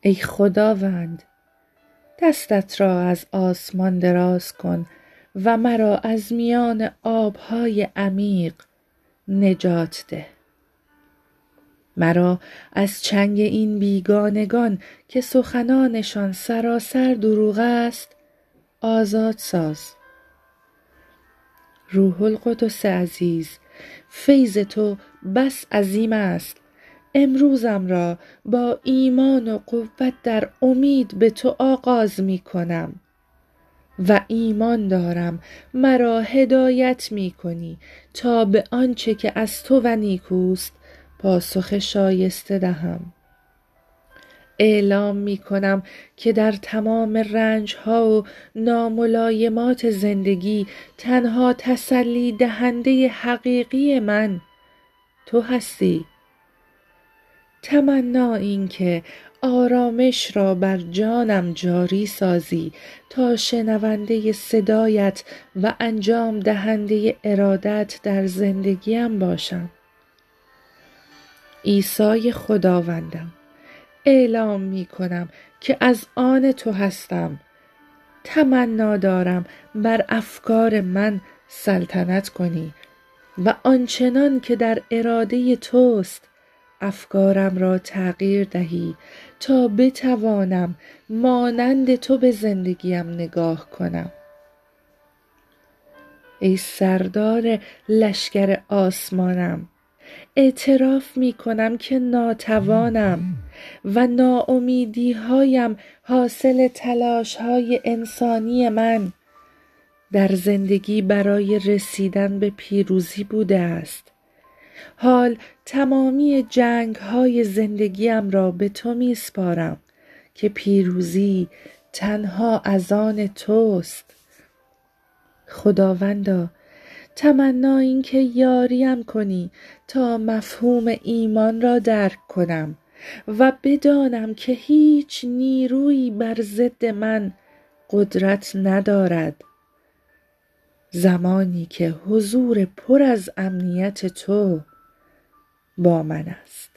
ای خداوند، دستت را از آسمان دراز کن و مرا از میان آبهای عمیق نجات ده. مرا از چنگ این بیگانگان که سخنانشان سراسر دروغ است آزاد ساز. روح القدس عزیز، فیض تو بس عظیم است. امروزم را با ایمان و قوت در امید به تو آغاز می کنم و ایمان دارم مرا هدایت می کنی تا به آنچه که از تو و نیکوست پاسخ شایسته دهم. اعلام می کنم که در تمام رنجها و ناملایمات زندگی تنها تسلی دهنده حقیقی من تو هستی. تمنا این که آرامش را بر جانم جاری سازی تا شنونده صدایت و انجام دهنده ارادت در زندگیم باشم. عیسی خداوندم، اعلام می کنم که از آن تو هستم. تمنا دارم بر افکار من سلطنت کنی و آنچنان که در اراده توست افکارم را تغییر دهی تا بتوانم مانند تو به زندگیم نگاه کنم. ای سردار لشکر آسمانم، اعتراف می کنم که ناتوانم و ناامیدی هایم حاصل تلاش های انسانی من در زندگی برای رسیدن به پیروزی بوده است. حال تمامی جنگ های زندگیم را به تو می سپارم که پیروزی تنها از آن توست. خداوندا، تمنا این که یاریم کنی تا مفهوم ایمان را درک کنم و بدانم که هیچ نیرویی بر ضد من قدرت ندارد. زمانی که حضور پر از امنیت تو با من است.